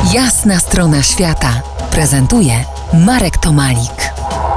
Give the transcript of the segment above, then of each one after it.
Jasna strona świata prezentuje Marek Tomalik.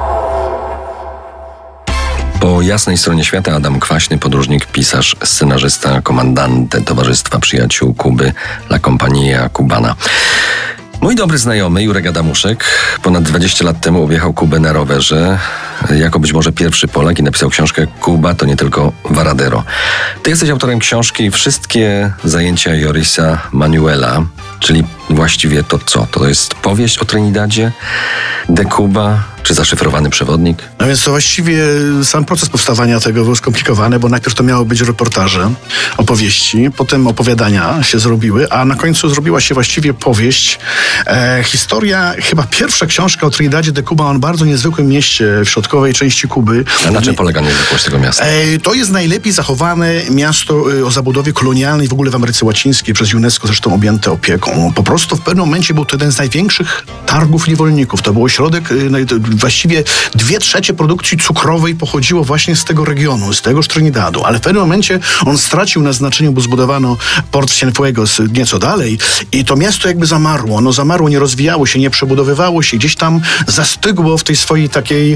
Po jasnej stronie świata Adam Kwaśny, podróżnik, pisarz, scenarzysta, komandante Towarzystwa Przyjaciół Kuby La Compagnia Cubana. Mój dobry znajomy Jurek Adamuszek ponad 20 lat temu objechał Kubę na rowerze jako być może pierwszy Polak i napisał książkę Kuba to nie tylko Varadero. Ty jesteś autorem książki Wszystkie zajęcia Jorisa Manuela, czyli właściwie to co? To jest powieść o Trinidadzie, de Cuba, czy zaszyfrowany przewodnik? No więc to właściwie sam proces powstawania tego był skomplikowany, bo najpierw to miało być reportaże, opowieści, potem opowiadania się zrobiły, a na końcu zrobiła się właściwie powieść. Historia, chyba pierwsza książka o Trinidadzie de Cuba, o bardzo niezwykłym mieście w środkowej części Kuby. A na czym polega niezwykłość tego miasta? To jest najlepiej zachowane miasto o zabudowie kolonialnej w ogóle w Ameryce Łacińskiej, przez UNESCO zresztą objęte opieką. Po prostu w pewnym momencie był to jeden z największych targów niewolników. To był ośrodek, właściwie 2/3 produkcji cukrowej pochodziło właśnie z tego regionu, z tegoż Trinidadu, ale w pewnym momencie on stracił na znaczeniu, bo zbudowano port Cienfuegos nieco dalej i to miasto jakby zamarło. No zamarło, nie rozwijało się, nie przebudowywało się, gdzieś tam zastygło w tej swojej takiej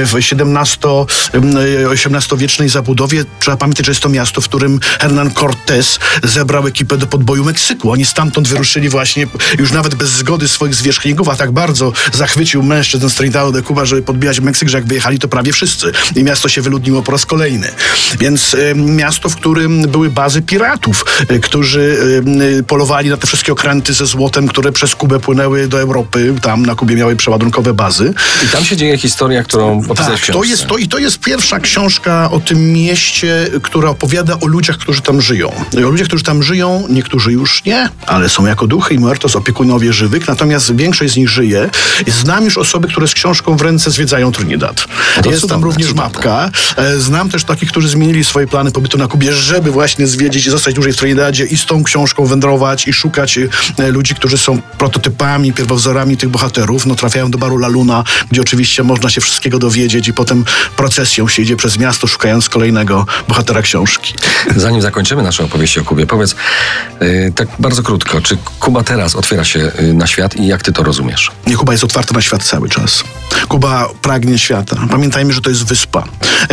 XVII-wiecznej zabudowie. Trzeba pamiętać, że jest to miasto, w którym Hernán Cortés zebrał ekipę do podboju Meksyku. Oni stamtąd wyruszyli właśnie już nawet bez zgody swoich zwierzchników, a tak bardzo zachwycił mężczyzn z Trinidadu de Cuba, żeby podbijać Meksyk, że jak wyjechali, to prawie wszyscy. I miasto się wyludniło po raz kolejny. Więc miasto, w którym były bazy piratów, którzy polowali na te wszystkie okręty ze złotem, które przez Kubę płynęły do Europy. Tam na Kubie miały przeładunkowe bazy. I tam się dzieje historia, którą opisałeś w książce. To jest pierwsza książka o tym mieście, która opowiada o ludziach, którzy tam żyją. O ludziach, którzy tam żyją, niektórzy już nie, ale są jako duchy i muertos, opiekunowie żywych, natomiast większość z nich żyje. Znam już osoby, które z książką w ręce zwiedzają Trinidad. Jest tam również mapka. Znam też takich, którzy zmienili swoje plany pobytu na Kubie, żeby właśnie zwiedzić i zostać dłużej w Trinidadzie i z tą książką wędrować i szukać ludzi, którzy są prototypami, pierwowzorami tych bohaterów. No trafiają do baru La Luna, gdzie oczywiście można się wszystkiego dowiedzieć i potem procesją się idzie przez miasto, szukając kolejnego bohatera książki. Zanim zakończymy nasze opowieści o Kubie, powiedz tak bardzo krótko, czy Kuba teraz otwiera się na świat i jak ty to rozumiesz? Nie, Kuba jest otwarta na świat cały czas. Kuba pragnie świata. Pamiętajmy, że to jest wyspa.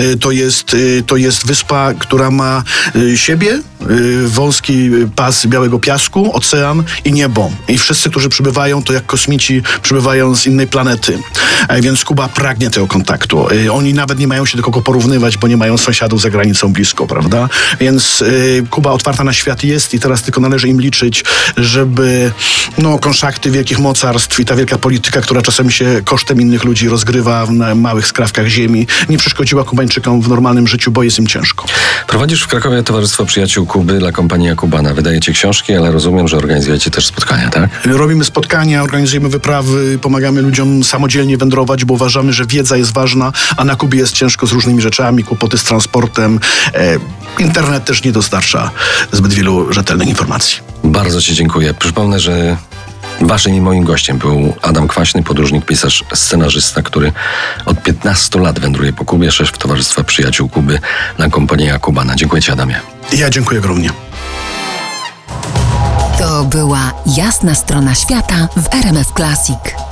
To jest wyspa, która ma siebie, wąski pas białego piasku, ocean i niebo. I wszyscy, którzy przybywają, to jak kosmici przybywają z innej planety. Więc Kuba pragnie tego kontaktu. Oni nawet nie mają się do kogo porównywać, bo nie mają sąsiadów za granicą blisko, prawda? Więc Kuba otwarta na świat jest i teraz tylko należy im liczyć, żeby konszachty wielkich mocarstw i ta wielka polityka, która czasem się kosztem innych ludzi rozgrywa na małych skrawkach ziemi, nie przeszkodziła Kubańczykom w normalnym życiu, bo jest im ciężko. Prowadzisz w Krakowie Towarzystwo Przyjaciół Kuby La Compagnia Cubana. Wydajecie książki, ale rozumiem, że organizujecie też spotkania, tak? Robimy spotkania, organizujemy wyprawy, pomagamy ludziom samodzielnie wędrować, bo uważamy, że wiedza jest ważna, a na Kubie jest ciężko z różnymi rzeczami, kłopoty z transportem. Internet też nie dostarcza zbyt wielu rzetelnych informacji. Bardzo ci dziękuję. Przypomnę, że waszym i moim gościem był Adam Kwaśny, podróżnik, pisarz, scenarzysta, który od 15 lat wędruje po Kubie, szef Towarzystwa Przyjaciół Kuby La Compagnia Cubana. Dziękuję ci, Adamie. Ja dziękuję ogromnie. To była Jasna strona świata w RMF Classic.